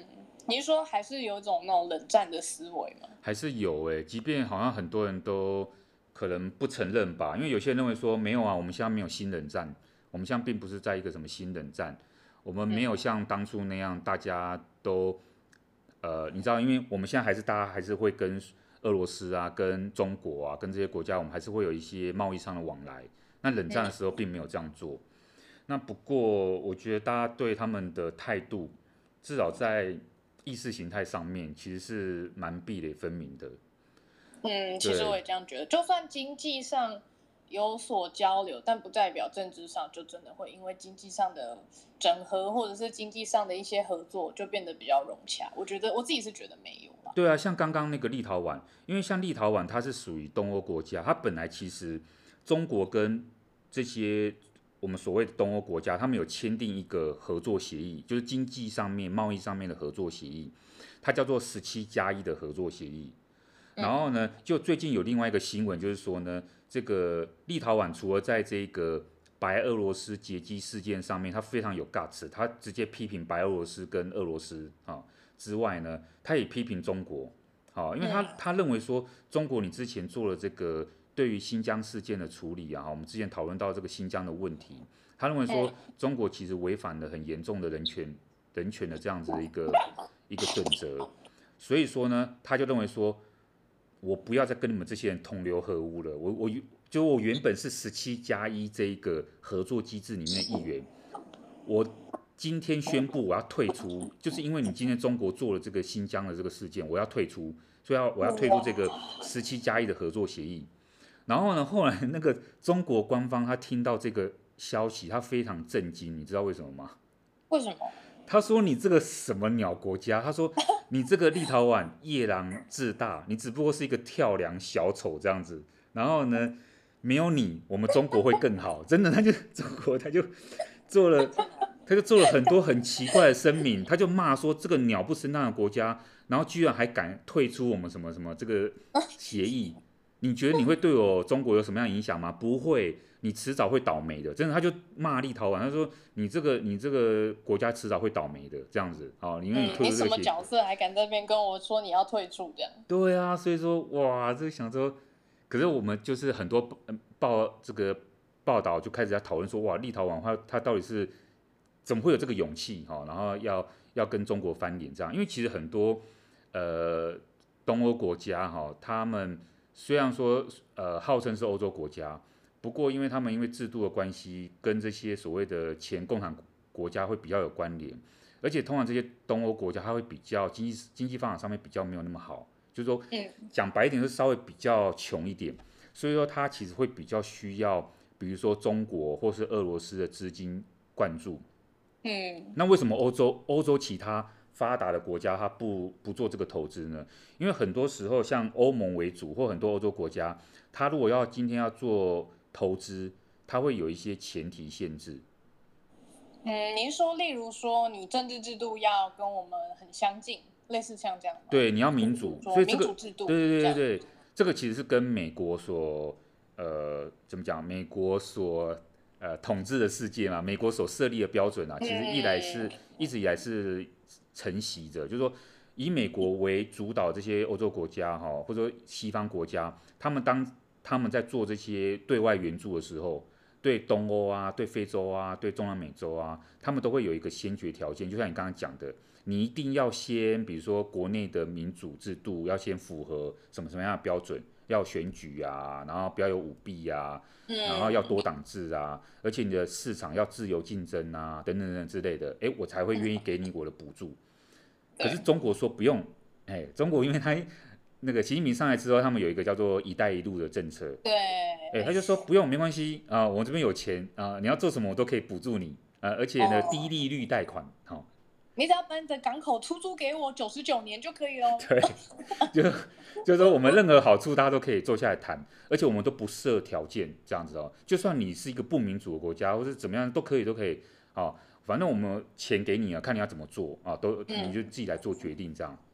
S1: 你是说还是有一种那种冷战的思维吗？
S2: 还是有即便好像很多人都可能不承认吧，因为有些人认为说没有啊，我们现在没有新冷战，我们现在并不是在一个什么新冷战，我们没有像当初那样大家都你知道，因为我们现在大家还是会跟俄罗斯啊、跟中国啊、跟这些国家，我们还是会有一些贸易上的往来。那冷战的时候并没有这样做。那不过我觉得大家对他们的态度，至少在意识形态上面，其实是蛮壁垒分明的。
S1: 其实我
S2: 对
S1: 也这样觉得，就算经济上有所交流，但不代表政治上就真的会因为经济上的整合或者是经济上的一些合作就变得比较融洽。我觉得我自己是觉得没有吧。
S2: 对啊，像刚刚那个立陶宛，因为像立陶宛它是属于东欧国家，它本来其实中国跟这些我们所谓的东欧国家，他们有签订一个合作协议，就是经济上面、贸易上面的合作协议，它叫做17+1的合作协议。然后呢，就最近有另外一个新闻，就是说呢，这个立陶宛除了在这个白俄罗斯劫机事件上面，他非常有 guts，他直接批评白俄罗斯跟俄罗斯之外呢，他也批评中国，因为他认为说中国你之前做了这个对于新疆事件的处理啊，我们之前讨论到这个新疆的问题，他认为说中国其实违反了很严重的人权的这样子的一个准则，所以说呢，他就认为说我不要再跟你们这些人同流合污了，我原本是17+1这一个合作机制里面的一员，我今天宣布我要退出，就是因为你今天中国做了这个新疆的这个事件，我要退出，所以我要退出这个17+1的合作协议。然后呢，后来那个中国官方他听到这个消息，他非常震惊，你知道为什么吗？
S1: 为什么？
S2: 他说：“你这个什么鸟国家？”他说：“你这个立陶宛夜郎自大，你只不过是一个跳梁小丑这样子。然后呢，没有你，我们中国会更好。”真的，中国做了，他就做了很多很奇怪的声明，他就骂说这个鸟不生蛋的国家，然后居然还敢退出我们什么什么这个协议。你觉得你会对我中国有什么样的影响吗？不会，你迟早会倒霉的。真的，他就骂立陶宛，他说你这个国家迟早会倒霉的，这样子因为你退
S1: 你什么
S2: 出这个协议。
S1: 角色还敢在那边跟我说你要退出这样？
S2: 对啊，所以说哇，这想说，可是我们就是很多这个报道就开始在讨论说，哇，立陶宛他到底是怎么会有这个勇气然后要跟中国翻脸这样？因为其实很多东欧国家他们虽然说号称是欧洲国家，不过因为他们因为制度的关系，跟这些所谓的前共产国家会比较有关联，而且通常这些东欧国家它会比较经济发展上面比较没有那么好，就是说讲白一点是稍微比较穷一点，所以说它其实会比较需要，比如说中国或是俄罗斯的资金灌注。那为什么欧洲其他发达的国家它不做这个投资呢？因为很多时候像欧盟为主或很多欧洲国家，它如果今天要做投资，它会有一些前提限制。
S1: 您说，例如说你政治制度要跟我们很相近，类似像这样吗？
S2: 对，你要民主，所以这个
S1: 民主制度，
S2: 对，这个其实是跟美国怎么讲？美国所统治的世界嘛，美国所设立的标准啊，其实一直以来是承袭着，就是说以美国为主导这些欧洲国家或者说西方国家，当他们在做这些对外援助的时候，对东欧啊、对非洲啊、对中南美洲啊，他们都会有一个先决条件，就像你刚刚讲的，你一定要先，比如说国内的民主制度要先符合什么样的标准，要选举啊，然后不要有舞弊啊，然后要多党制啊，而且你的市场要自由竞争啊，等等等之类的，我才会愿意给你我的补助。可是中国说不用，中国因为他那个习近平上来之后，他们有一个叫做“一带一路”的政策，
S1: 对，
S2: 他就说不用，没关系啊，我这边有钱啊，你要做什么我都可以补助你，而且呢，低利率贷款，
S1: 你只要把你的港口出租给我99年就可以了。
S2: 对，就是说我们任何好处大家都可以坐下来谈，而且我们都不设条件，这样子就算你是一个不民主的国家，或是怎么样都可以反正我们钱给你看你要怎么做你就自己来做决定这样。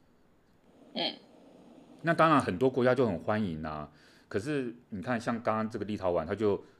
S2: 那当然很多国家就很欢迎啊，可是你看像刚刚这个立陶宛，他就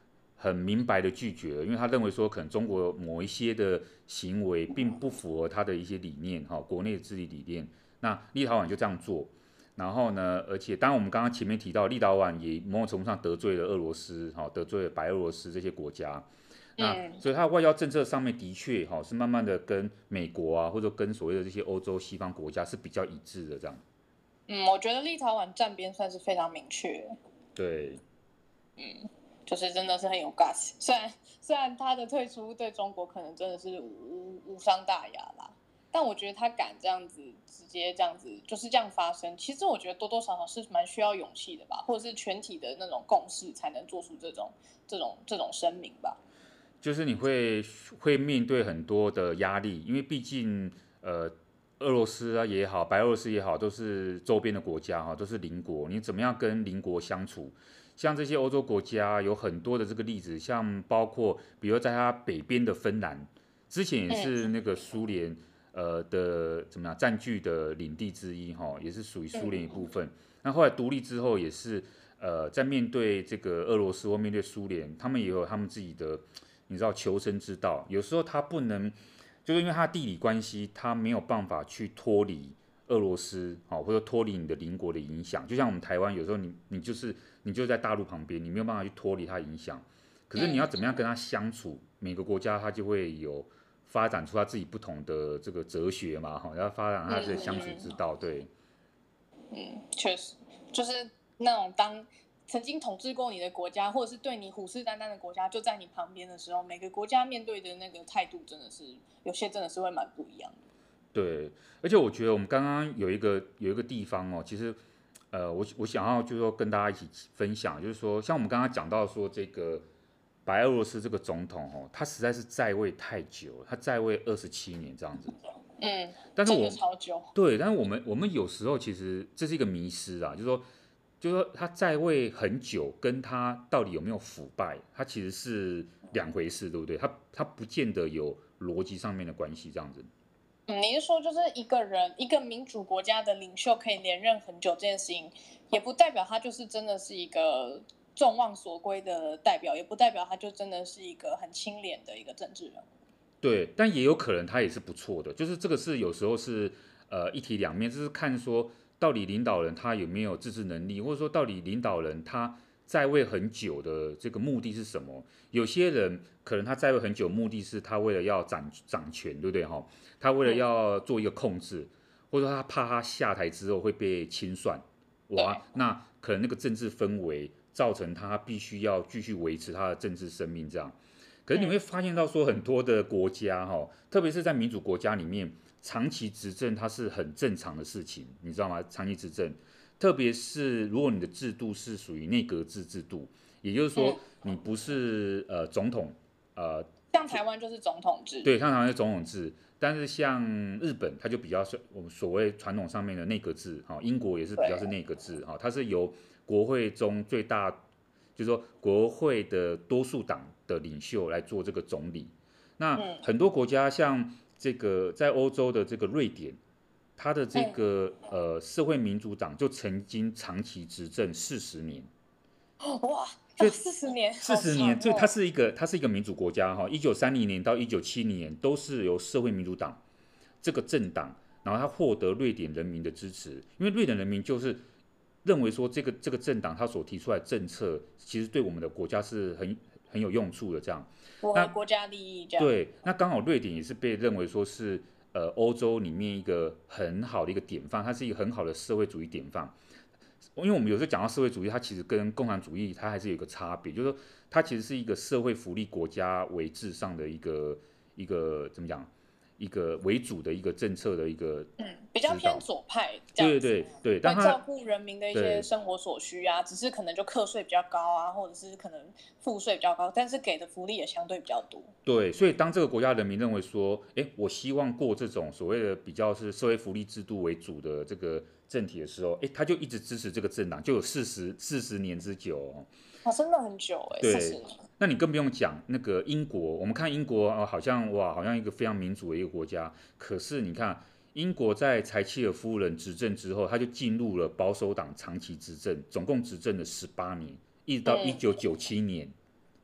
S2: 很明白的拒绝了，因为他认为说可能中国某一些的行为并不符合他的一些理念，国内的治理理念。那立陶宛就这样做，然后呢，而且当然我们刚刚前面提到，立陶宛也某种程度上得罪了俄罗斯，得罪了白俄罗斯这些国家。那所以他的外交政策上面的确是慢慢的跟美国啊，或者跟所谓的这些欧洲西方国家是比较一致的这样。
S1: 我觉得立陶宛站边算是非常明确。
S2: 对，
S1: 就是真的是很有 guts。虽然他的退出对中国可能真的是无伤大雅啦，但我觉得他敢这样子直接这样子就是这样发生，其实我觉得多多少少是蛮需要勇气的吧，或者是全体的那种共识才能做出这种声明吧。
S2: 就是你会面对很多的压力，因为毕竟俄罗斯啊也好，白俄罗斯也好，都是周边的国家都是邻国，你怎么样跟邻国相处？像这些欧洲国家有很多的这个例子，像包括比如在它北边的芬兰，之前也是那个苏联的怎么样占据的领地之一也是属于苏联一部分。那后来独立之后也是在面对这个俄罗斯或面对苏联，他们也有他们自己的你知道求生之道，有时候他不能。就是因为它地理关系，它没有办法去脱离俄罗斯，或者脱离你的邻国的影响。就像我们台湾，有时候你就在大陆旁边，你没有办法去脱离它的影响。可是你要怎么样跟它相处？每个国家它就会有发展出它自己不同的这个哲学嘛，要发展它的相处之道。对，
S1: 确实，就是那种当曾经统治过你的国家，或者是对你虎视眈眈的国家就在你旁边的时候，每个国家面对的那个态度真的是有些真的是会蛮不一样的。
S2: 对，而且我觉得我们刚刚有一个地方其实我想要就是说跟大家一起分享，就是说像我们刚刚讲到说这个白俄罗斯这个总统他实在是在位太久了，他在位27年这样子。但是
S1: 真的超久。
S2: 对，但是我们有时候其实这是一个迷失啊，就是说他在位很久，跟他到底有没有腐败，他其实是两回事，对不对？他不见得有逻辑上面的关系，这样子。
S1: 你是说就是一个民主国家的领袖可以连任很久这件事情，也不代表他就是真的是一个众望所归的代表，也不代表他就真的是一个很清廉的一个政治人物。
S2: 对，但也有可能他也是不错的，就是这个是有时候是一体两面，就是看说到底领导人他有没有自制能力，或者说到底领导人他在位很久的这个目的是什么？有些人可能他在位很久，目的是他为了要掌权，对不对哈？他为了要做一个控制，或者说他怕他下台之后会被清算，哇，那可能那个政治氛围造成他必须要继续维持他的政治生命这样。可是你会发现到说很多的国家特别是在民主国家里面，长期执政它是很正常的事情，你知道吗？长期执政，特别是如果你的制度是属于内阁制度，也就是说你不是总统
S1: 像台湾就是总统制。
S2: 对，像台湾是总统制，但是像日本它就比较是我们所谓传统上面的内阁制，英国也是比较是内阁制，它是由国会中最大，就是说国会的多数党的领袖来做这个总理。那很多国家像这个在欧洲的这个瑞典，它的这个社会民主党就曾经长期执政40年。
S1: 哇，
S2: 所以
S1: 40年，
S2: 40年，所以它是一个民主国家1930年到1970年都是由社会民主党这个政党，然后他获得瑞典人民的支持，因为瑞典人民就是认为说这个政党他所提出来的政策，其实对我们的国家是很有用处的这样。
S1: 符合国家利益这样。
S2: 对，那刚好瑞典也是被认为说是欧洲里面一个很好的一个典范，它是一个很好的社会主义典范。因为我们有时候讲到社会主义，它其实跟共产主义它还是有一个差别，就是说它其实是一个社会福利国家为至上的一个怎么讲，一个为主的一个政策的一个
S1: 比较偏左派这
S2: 样子。
S1: 样子。
S2: 对，但
S1: 会照顾人民的一些生活所需啊，只是可能就课税比较高啊，或者是可能赋税比较高，但是给的福利也相对比较多。
S2: 对，所以当这个国家人民认为说，我希望过这种所谓的比较是社会福利制度为主的这个政体的时候，他就一直支持这个政党，就有40年之久
S1: 真的很久
S2: 对
S1: 40年。
S2: 那你更不用讲那个英国，我们看英国好像一个非常民主的一个国家，可是你看英国在柴契尔夫人执政之后，他就进入了保守党长期执政，总共执政了18年，一直到1997年。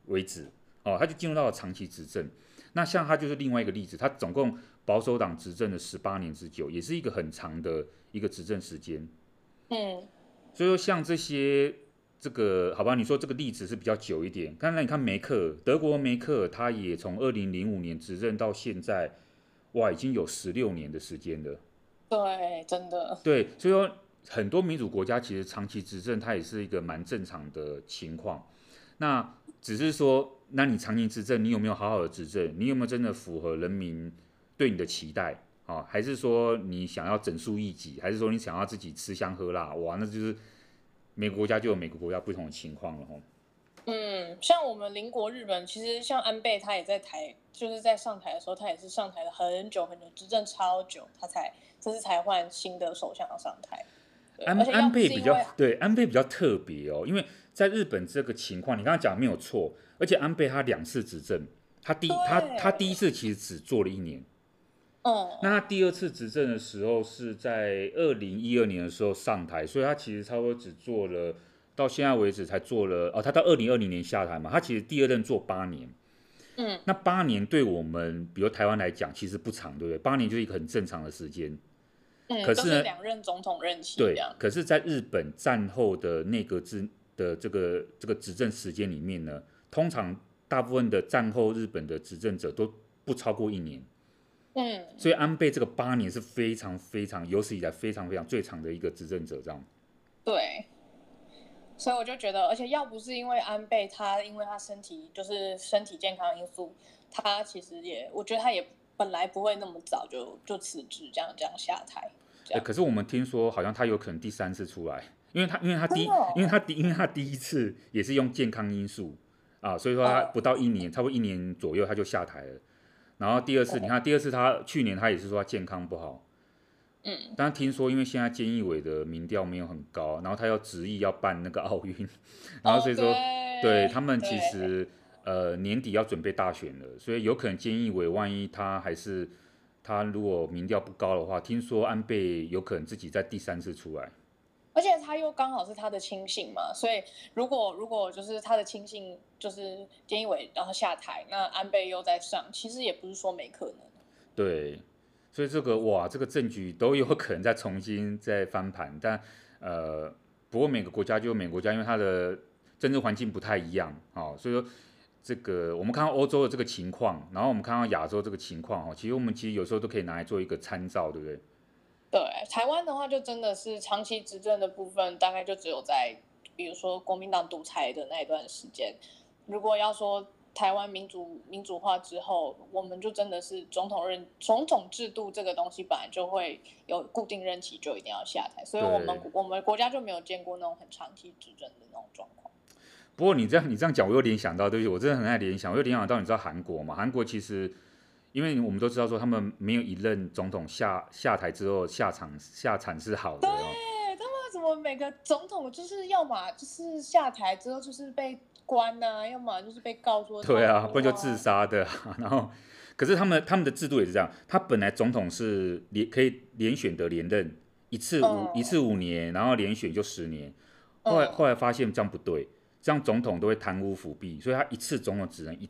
S2: 为止，哦，他就进入到了长期执政。那像他就是另外一个例子，他总共保守党执政了18年之久，也是一个很长的一个执政时间。
S1: 嗯，
S2: 所以说像这个好吧，你说这个例子是比较久一点。刚才你看梅克尔，德国梅克尔，他也从2005年执政到现在，哇，已经有16年的时间了。
S1: 对，真的，
S2: 对，所以说很多民主国家其实长期执政，它也是一个蛮正常的情况。那只是说，那你长期执政，你有没有好好的执政？你有没有真的符合人民对你的期待？哦，还是说你想要整肃异己？还是说你想要自己吃香喝辣？哇，那就是每个国家就有每个国家不同的情况了吼。
S1: 像我们邻国日本，其实像安倍他也在就是在上台的时候，他也是上台了很久很久，执政超久，这次才换新的首相上台。对，而且要不是因为
S2: 安倍比较特别哦，因为在日本这个情况，你刚刚讲没有错，而且安倍他2次执政，他第一次其实只做了1年。那他第2次执政的时候是在2012年的时候上台，所以他其实差不多只做了到现在为止才做了他到2020年下台嘛，他其实第2任做8年。那8年对我们比如台湾来讲其实不长，对不对？8年就是一个很正常的时间。可是
S1: 呢，都是2任总统任期这样。
S2: 对，可是，在日本战后的内阁的这个执政时间里面呢，通常大部分的战后日本的执政者都不超过1年。所以安倍这个8年是非常非常有史以来非常非常最长的一个执政者，这样。
S1: 对，所以我就觉得，而且要不是因为安倍因为他身体健康因素，他其实我觉得他也本来不会那么早就辞职，这样下台。
S2: 可是我们听说好像他有可能第3次出来，因为他第一次也是用健康因素啊，所以说他不到1年，差不多1年左右他就下台了。然后第2次，你看第2次他去年他也是说他健康不好，但听说因为现在菅义伟的民调没有很高，然后他要执意要办那个奥运，然后所以说对他们其实年底要准备大选了，所以有可能菅义伟万一他如果民调不高的话，听说安倍有可能自己在第3次出来。
S1: 而且他又刚好是他的亲信嘛，所以如果就是他的亲信就是菅义伟然后下台，那安倍又在上，其实也不是说没可能。
S2: 对，所以这个政局都有可能再重新再翻盘，但不过每个国家就有每个国家，因为它的政治环境不太一样，所以说这个我们看到欧洲的这个情况，然后我们看到亚洲这个情况，其实有时候都可以拿来做一个参照，对不对？
S1: 对，台湾的话就真的是长期执政的部分，大概就只有在比如说国民党独裁的那一段时间。如果要说台湾民主化之后，我们就真的是总统制度这个东西本来就会有固定任期，就一定要下台，所以我们国家就没有见过那种很长期执政的那种状况。
S2: 不过你这样讲，我又联想到，对不起，我真的很爱联想，我又联想到，你知道韩国吗？韩国其实，因为我们都知道说，他们没有一任总统下台之后下场是好的。
S1: 对，他们怎么每个总统就是要么就是下台之后就是被关啊，要么就是被告说
S2: 对啊，不然就自杀的。然后，可是他们的制度也是这样，他本来总统是可以连选的连任一次5年，然后连选就10年。后来发现这样不对。这样总统都会贪污腐弊，所以他一次总统只能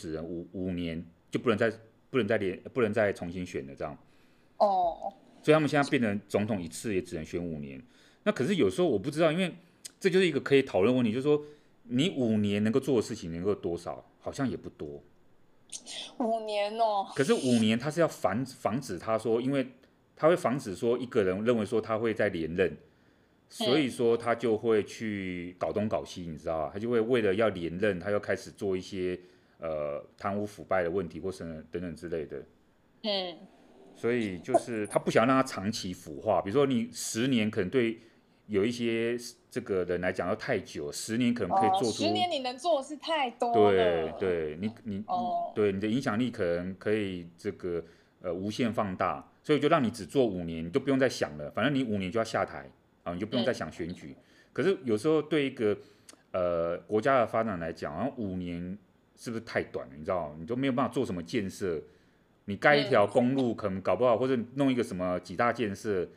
S2: 5年，就不能再重新选了这样。所以他们现在变成总统一次也只能选5年。那可是有时候我不知道，因为这就是一个可以讨论问题，就是说你5年能够做的事情能够多少，好像也不多。
S1: 5年哦。
S2: 可是5年他是要防止他说，因为他会防止说一个人认为说他会再连任。所以说他就会去搞东搞西，你知道吧？他就会为了要连任，他又开始做一些贪污腐败的问题或是等等之类的。所以就是他不想让他长期腐化，比如说你10年可能对有一些这个人来讲要太久，10年可能可以做出
S1: 10年你能做的事太多
S2: 了。对，对你的影响力可能可以这个无限放大，所以就让你只做5年，你就不用再想了，反正你5年就要下台。你就不用再想选举。可是有时候对一个国家的发展来讲，好像5年是不是太短了？你知道，你都没有办法做什么建设。你盖一条公路，可能搞不好，或者弄一个什么几大建设，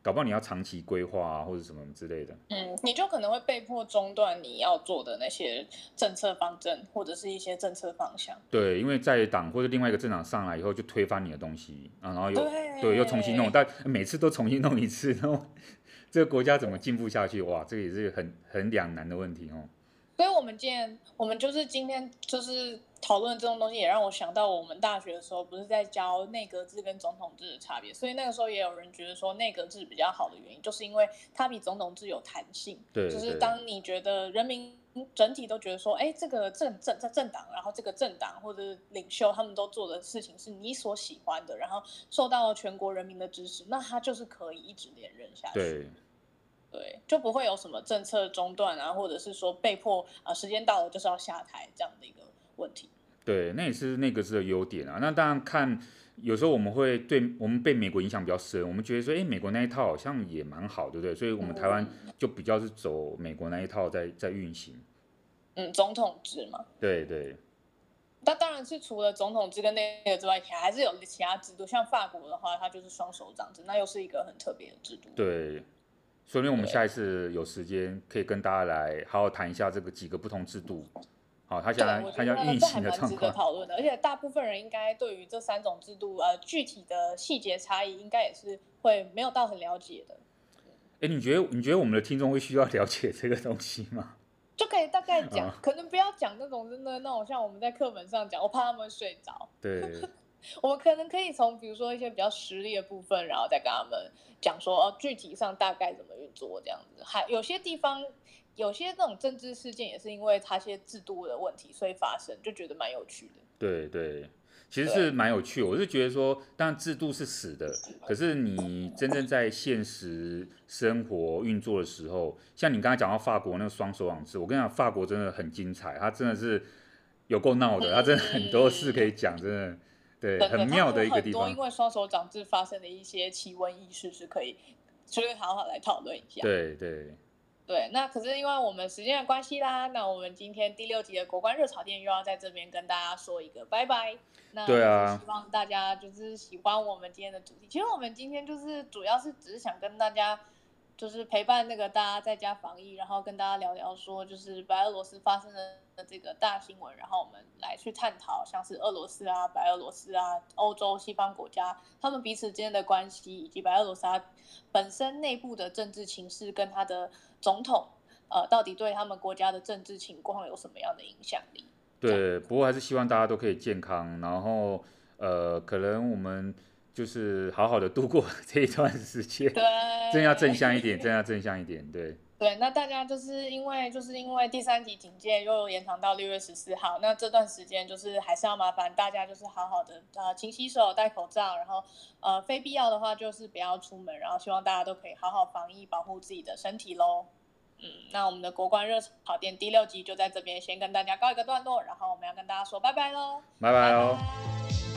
S2: 搞不好你要长期规划啊，或者什么之类的。
S1: 你就可能会被迫中断你要做的那些政策方针或者是一些政策方向。
S2: 对，因为在野党或者另外一个政党上来以后，就推翻你的东西啊，然后
S1: 对
S2: 又重新弄，但每次都重新弄一次，然后这个国家怎么进步下去？哇，这个也是很两难的问题哦。
S1: 所以我们就是今天就是讨论这种东西，也让我想到我们大学的时候不是在教内阁制跟总统制的差别，所以那个时候也有人觉得说内阁制比较好的原因，就是因为它比总统制有弹性。
S2: 对，
S1: 就是当你觉得人民整体都觉得说，哎，这个政党，然后这个政党或者领袖他们都做的事情是你所喜欢的，然后受到全国人民的支持，那他就是可以一直连任下去。对，就不会有什么政策中断啊，或者是说被迫时间到了就是要下台这样的一个问题。
S2: 对，那也是内阁制的优点啊。那当然看，有时候我们被美国影响比较深，我们觉得说，哎，美国那一套好像也蛮好，对不对？所以我们台湾就比较是走美国那一套在运行。
S1: 总统制嘛。
S2: 对。
S1: 那当然是除了总统制跟内阁之外，还是有其他制度。像法国的话，它就是双手掌制，那又是一个很特别的制度。
S2: 对。说不定我们下一次有时间可以跟大家来好好谈一下这个几个不同制度，好，它现在运行的状况。
S1: 讨论的，而且大部分人应该对于这3种制度具体的细节差异，应该也是会没有到很了解的。
S2: 你觉得我们的听众会需要了解这个东西吗？
S1: 就可以大概讲，可能不要讲那种真的那种像我们在课本上讲，我怕他们睡着。
S2: 对。
S1: 我们可能可以从比如说一些比较实例的部分，然后再跟他们讲说具体上大概怎么运作这样子。还有些地方有些这种政治事件也是因为它些制度的问题所以发生，就觉得蛮有趣的。
S2: 对，其实是蛮有趣的。我是觉得说，当然制度是死的，可是你真正在现实生活运作的时候，像你刚才讲到法国那个双手掌制，我跟你讲，法国真的很精彩，它真的是有够闹的，它真的很多事可以讲，真的。对，很妙的一个地方。
S1: 很多因为双手掌制发生的一些奇闻异事是可以好好来讨论一下。对，那可是因为我们时间的关系啦，那我们今天第6集的国关热炒店又要在这边跟大家说一个拜拜。那希望大家就是喜欢我们今天的主题。其实我们今天就是主要是只是想跟大家就是陪伴大家在家防疫，然后跟大家聊聊说就是白俄罗斯发生的这个大新闻，然后我们来去探讨像是俄罗斯啊、白俄罗斯啊、欧洲西方国家他们彼此之间的关系，以及白俄罗斯本身内部的政治情势跟他的总统到底对他们国家的政治情况有什么样的影响力。
S2: 对，不过还是希望大家都可以健康，然后可能我们就是好好的度过这一段时间。
S1: 对，
S2: 真要正向一点，对，
S1: 那大家就是因为第3级警戒又延长到6月14号，那这段时间就是还是要麻烦大家就是好好的勤洗手、戴口罩，然后非必要的话就是不要出门，然后希望大家都可以好好防疫，保护自己的身体咯。那我们的国关热炒店第6集就在这边先跟大家告一个段落，然后我们要跟大家说拜拜咯。
S2: 拜拜。